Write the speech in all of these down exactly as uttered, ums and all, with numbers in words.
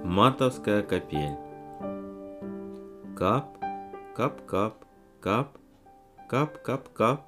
Мартовская капель. Кап, кап-кап, кап, кап-кап-кап.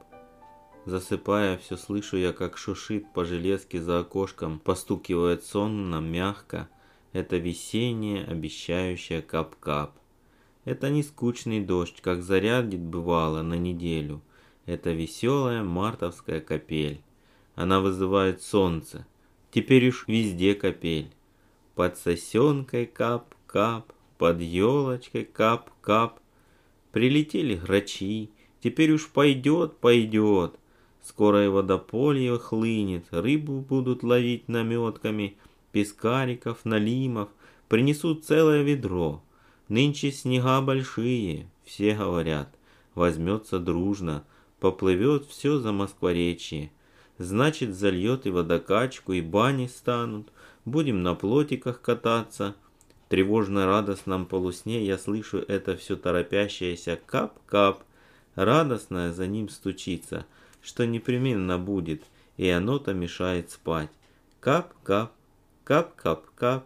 Засыпая, все слышу я, как шушит по железке за окошком, постукивает сонно, мягко. Это весеннее, обещающее кап-кап. Это не скучный дождь, как зарядит бывало на неделю. Это веселая мартовская капель. Она вызывает солнце. Теперь уж везде капель. Под сосенкой кап-кап, под елочкой кап-кап. Прилетели грачи, теперь уж пойдет, пойдет. Скоро и водополье хлынет, рыбу будут ловить наметками, пескариков, налимов, принесут целое ведро. Нынче снега большие, все говорят, возьмется дружно, поплывет все за Москворечье. Значит, зальет и водокачку, и бани станут, будем на плотиках кататься. В тревожно-радостном полусне я слышу это все торопящееся кап-кап, радостное за ним стучится, что непременно будет, и оно-то мешает спать. Кап-кап, кап-кап-кап,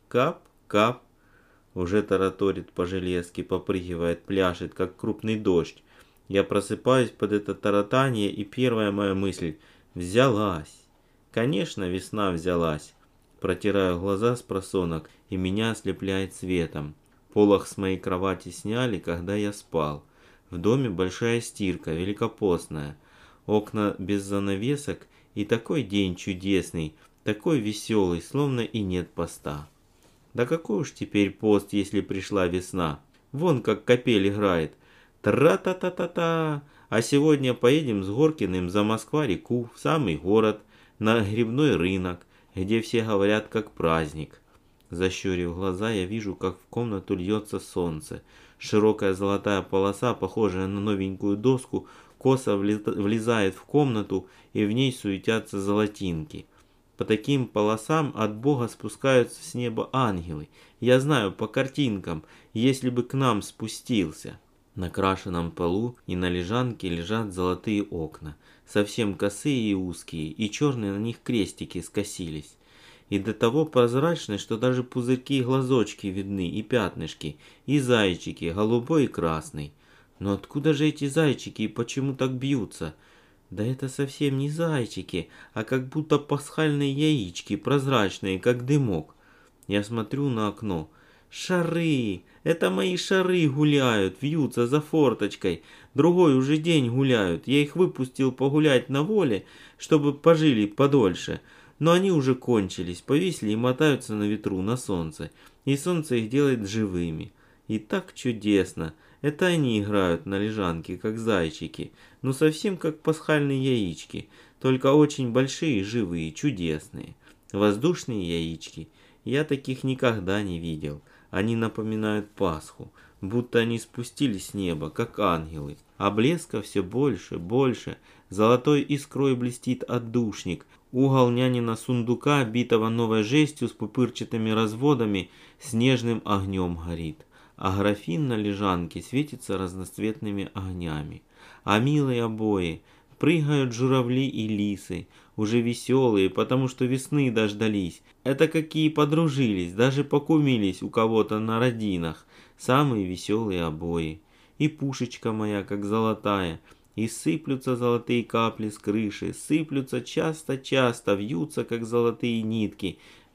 кап-кап. Уже тараторит по железке, попрыгивает, пляшет, как крупный дождь. Я просыпаюсь под это таратание, и первая моя мысль — взялась. Конечно, весна взялась. Протираю глаза с просонок, и меня ослепляет светом. Полог с моей кровати сняли, когда я спал. В доме большая стирка, великопостная. Окна без занавесок, и такой день чудесный, такой веселый, словно и нет поста. Да какой уж теперь пост, если пришла весна? Вон как капель играет. Тра-та-та-та-та. А сегодня поедем с Горкиным за Москва-реку, в самый город, на грибной рынок, где все говорят как праздник. Защурив глаза, я вижу, как в комнату льется солнце. Широкая золотая полоса, похожая на новенькую доску, косо влезает в комнату, и в ней суетятся золотинки. По таким полосам от Бога спускаются с неба ангелы. Я знаю по картинкам, если бы к нам спустился. На крашеном полу и на лежанке лежат золотые окна, совсем косые и узкие, и черные на них крестики скосились. И до того прозрачны, что даже пузырьки и глазочки видны, и пятнышки, и зайчики, голубой и красный. Но откуда же эти зайчики и почему так бьются? Да это совсем не зайчики, а как будто пасхальные яички, прозрачные, как дымок. Я смотрю на окно. Шары! Это мои шары гуляют, вьются за форточкой. Другой уже день гуляют. Я их выпустил погулять на воле, чтобы пожили подольше. Но они уже кончились, повисли и мотаются на ветру, на солнце. И солнце их делает живыми. И так чудесно. Это они играют на лежанке, как зайчики. Ну совсем как пасхальные яички. Только очень большие, живые, чудесные. Воздушные яички. Я таких никогда не видел. Они напоминают Пасху. Будто они спустились с неба, как ангелы. А блеска все больше, больше. Золотой искрой блестит отдушник. Угол нянина сундука, битого новой жестью с пупырчатыми разводами, снежным огнем горит. А графин на лежанке светится разноцветными огнями. А милые обои, прыгают журавли и лисы, уже веселые, потому что весны дождались. Это какие подружились, даже покумились у кого-то на родинах. Самые веселые обои. И пушечка моя, как золотая, и сыплются золотые капли с крыши, сыплются часто-часто, вьются, как золотые нитки.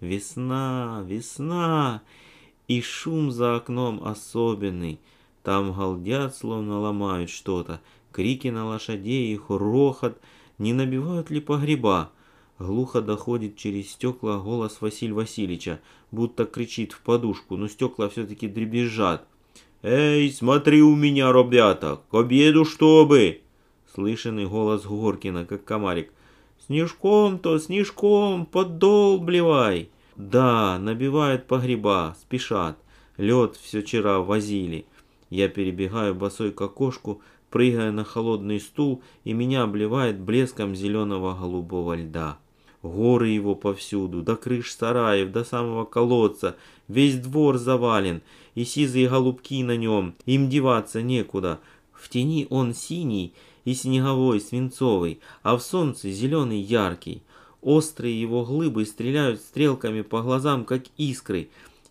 Весна, весна! И шум за окном особенный. Там галдят, словно ломают что-то. Крики на лошадей, их рохот. Не набивают ли погреба? Глухо доходит через стекла голос Василия Васильевича, будто кричит в подушку, но стекла все-таки дребезжат. «Эй, смотри у меня, ребята, к обеду чтобы!» Слышенный голос Горкина, как комарик. «Снежком-то, снежком, поддолбливай!» Да, набивают погреба, спешат. Лед все вчера возили. Я перебегаю босой к окошку, прыгая на холодный стул, и меня обливает блеском зеленого голубого льда. Горы его повсюду, до крыш сараев, до самого колодца. Весь двор завален, и сизые голубки на нем, им деваться некуда. В тени он синий и снеговой, свинцовый, а в солнце зеленый яркий. Острые его глыбы стреляют стрелками по глазам, как искры,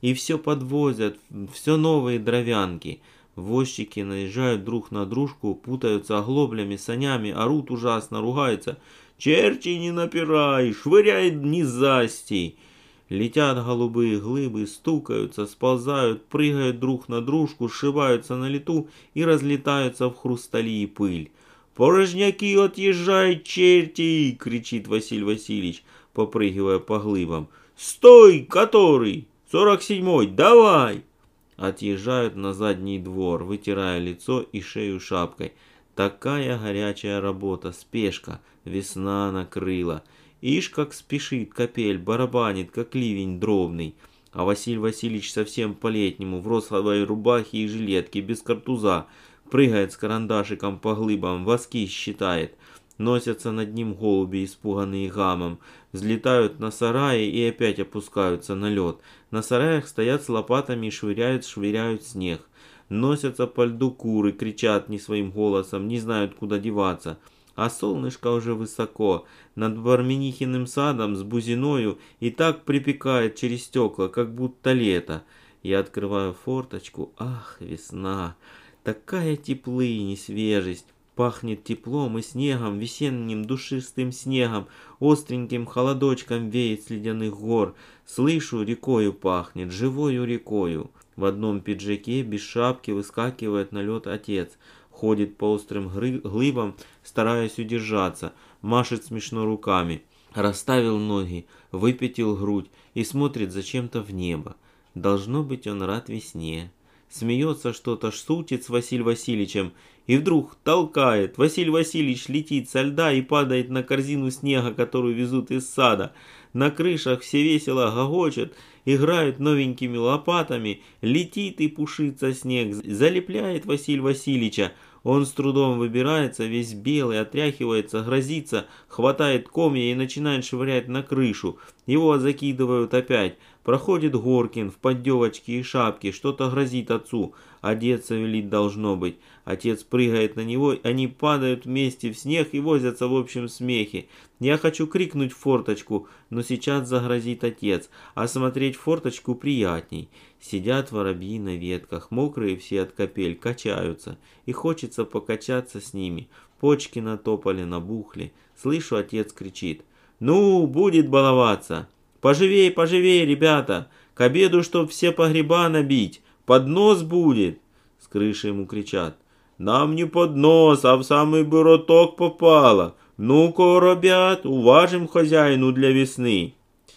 И все подвозят, все новые дровянки. Возчики наезжают друг на дружку, путаются оглоблями, санями, орут ужасно, ругаются. «Черти не напирай, швыряй низастей!» Летят голубые глыбы, стукаются, сползают, прыгают друг на дружку, сшибаются на лету и разлетаются в хрустали и пыль. «Порожняки, отъезжай, черти!» — кричит Василий Васильевич, попрыгивая по глыбам. «Стой, который! сорок седьмой, давай!» Отъезжают на задний двор, вытирая лицо и шею шапкой. Такая горячая работа, спешка, весна накрыла. Ишь, как спешит капель, барабанит, как ливень дробный. А Василий Васильевич совсем по-летнему, в розовой рубахе и жилетке, без картуза, прыгает с карандашиком по глыбам, воски считает. Носятся над ним голуби, испуганные гамом, взлетают на сараи и опять опускаются на лед. На сараях стоят с лопатами и швыряют, швыряют снег. Носятся по льду куры, кричат не своим голосом, не знают, куда деваться. А солнышко уже высоко, над Барменихиным садом с бузиною и так припекает через стекла, как будто лето. Я открываю форточку, ах, весна, такая теплынь и свежесть. Пахнет теплом и снегом, весенним душистым снегом, остреньким холодочком веет с ледяных гор. Слышу, рекою пахнет, живою рекою. В одном пиджаке, без шапки, выскакивает на лед отец. Ходит по острым глыбам, стараясь удержаться, машет смешно руками. Расставил ноги, выпятил грудь и смотрит зачем-то в небо. Должно быть, он рад весне. Смеется что-то, шутит с Василием Васильевичем и вдруг толкает. Василий Васильевич летит со льда и падает на корзину снега, которую везут из сада. На крышах все весело гогочат, играют новенькими лопатами, летит и пушится снег, залепляет Василия Васильевича. Он с трудом выбирается, весь белый, отряхивается, грозится, хватает комья и начинает швырять на крышу. Его закидывают опять. Проходит Горкин в поддевочке и шапке, что-то грозит отцу. Одеться велит должно быть. Отец прыгает на него, они падают вместе в снег и возятся в общем смехе. Я хочу крикнуть в форточку, но сейчас загрозит отец, а смотреть в форточку приятней. Сидят воробьи на ветках, мокрые все от капель, качаются, и хочется покачаться с ними. Почки натопали, набухли. Слышу, отец кричит: «Ну, будет баловаться! Поживей, поживей, ребята! К обеду, чтоб все погреба набить! Поднос будет!» С крыши ему кричат: «Нам не поднос, а в самый бы роток попало! Ну-ка, ребят, уважим хозяину для весны!»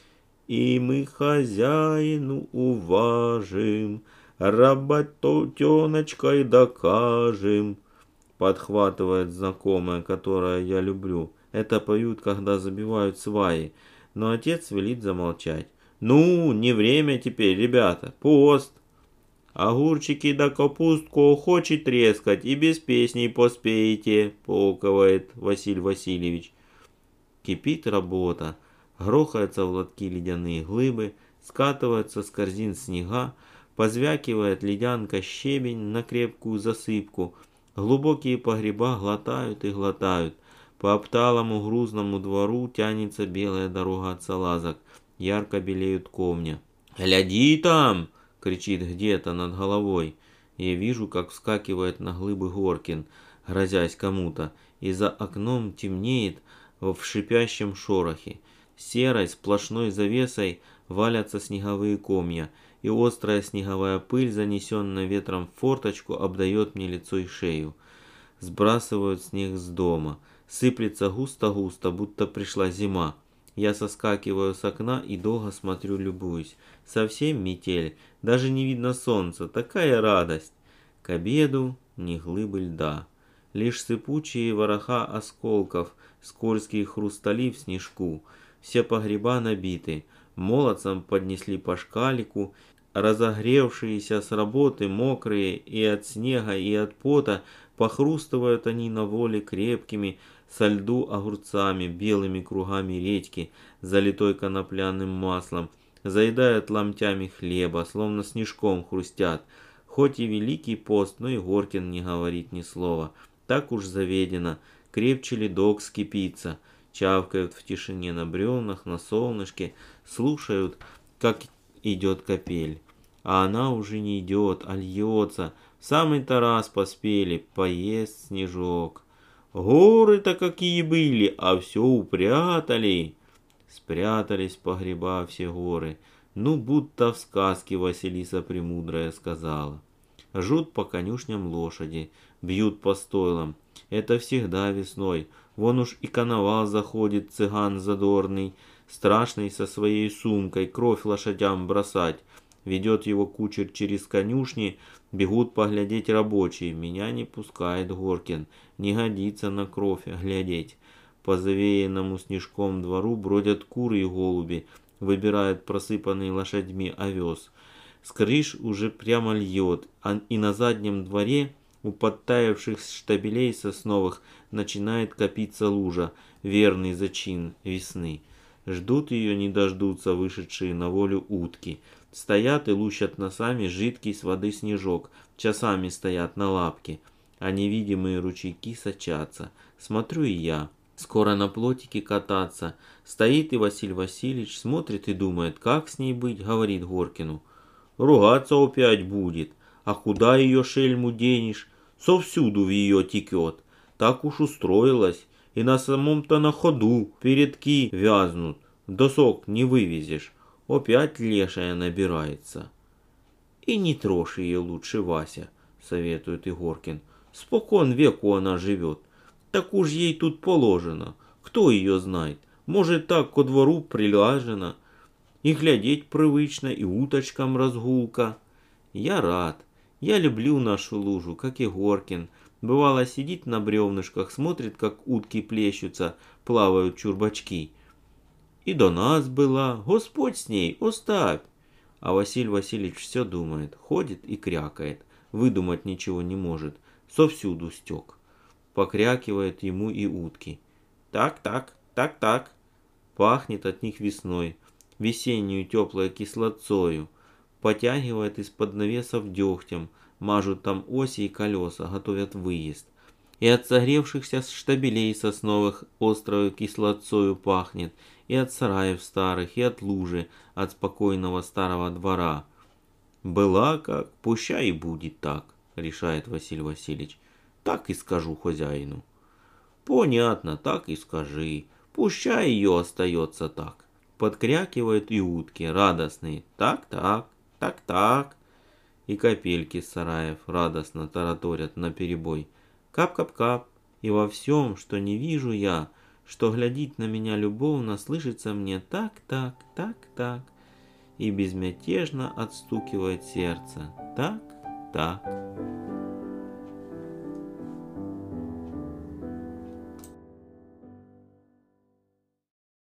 «И мы хозяину уважим, работеночкой докажем», подхватывает знакомая, которое я люблю. Это поют, когда забивают сваи. Но отец велит замолчать. «Ну, не время теперь, ребята, пост. Огурчики да капустку хочет трескать, и без песней поспеете», поуковает Василий Васильевич. Кипит работа. Грохаются в лотки ледяные глыбы, скатываются с корзин снега, позвякивает ледянка щебень на крепкую засыпку. Глубокие погреба глотают и глотают. По обталому грузному двору тянется белая дорога от салазок. Ярко белеют комья. «Гляди там!» — кричит где-то над головой. Я вижу, как вскакивает на глыбы Горкин, грозясь кому-то, и за окном темнеет в шипящем шорохе. Серой сплошной завесой валятся снеговые комья, и острая снеговая пыль, занесенная ветром в форточку, обдает мне лицо и шею. Сбрасывают снег с дома. Сыплется густо-густо, будто пришла зима. Я соскакиваю с окна и долго смотрю, любуюсь. Совсем метель, даже не видно солнца, такая радость. К обеду ни глыбы льда, лишь сыпучие вороха осколков, скользкие хрустали в снежку. Все погреба набиты, молодцам поднесли по шкалику, разогревшиеся с работы, мокрые и от снега, и от пота, похрустывают они на воле крепкими со льду огурцами, белыми кругами редьки, залитой конопляным маслом, заедают ломтями хлеба, словно снежком хрустят. Хоть и великий пост, но и Горкин не говорит ни слова. Так уж заведено, крепче ледок скипится. Чавкают в тишине на бревнах, на солнышке, слушают, как идет капель. а она уже не идет, а льется. В самый-то раз поспели, поесть снежок. Горы-то какие были, а все упрятали. Спрятались в погреба все горы. Ну, будто в сказке Василиса Премудрая сказала. Жут по конюшням лошади, бьют по стойлам. Это всегда весной. Вон уж и коновал заходит, цыган задорный, страшный со своей сумкой, кровь лошадям бросать. Ведет его кучер через конюшни, бегут поглядеть рабочие. Меня не пускает Горкин, не годится на кровь глядеть. По завеянному снежком двору бродят куры и голуби, выбирают просыпанный лошадьми овес. С крыш уже прямо льет, а и на заднем дворе у подтаявших штабелей сосновых начинает копиться лужа, верный зачин весны. Ждут ее, не дождутся вышедшие на волю утки. Стоят и лущат носами жидкий с воды снежок, часами стоят на лапке, а невидимые ручейки сочатся. Смотрю и я. Скоро на плотике кататься. Стоит и Василий Васильевич, смотрит и думает, как с ней быть, говорит Горкину. Ругаться опять будет. А куда ее шельму денешь? Совсюду в ее текет. Так уж устроилась. И на самом-то на ходу передки вязнут. Досок не вывезешь. Опять лешая набирается. И не трожь ее лучше, Вася, советует Игоркин. Спокон веку она живет. Так уж ей тут положено. Кто ее знает? Может, так ко двору прилажено. И глядеть привычно, и уточкам разгулка. Я рад. Я люблю нашу лужу, как и Горкин. Бывало, сидит на бревнышках, смотрит, как утки плещутся, плавают чурбачки. И до нас была, Господь с ней, оставь. А Василий Васильевич все думает, ходит и крякает, выдумать ничего не может, совсюду стек. Покрякивает ему и утки. Так-так, так-так. Пахнет от них весной, весеннюю теплой кислотцою. Потягивает из-под навесов дегтем, мажут там оси и колеса, готовят выезд. И от согревшихся штабелей сосновых острою кислотцою пахнет, и от сараев старых, и от лужи, от спокойного старого двора. Была как, пущай и будет так, решает Василий Васильевич. Так и скажу хозяину. Понятно, так и скажи. Пущай ее остается так. Подкрякивают и утки, радостные. Так-так, так-так. И капельки с сараев радостно тараторят наперебой. Кап-кап-кап. И во всем, что не вижу я, что глядит на меня любовно, слышится мне так-так, так-так. И безмятежно отстукивает сердце. Так-так.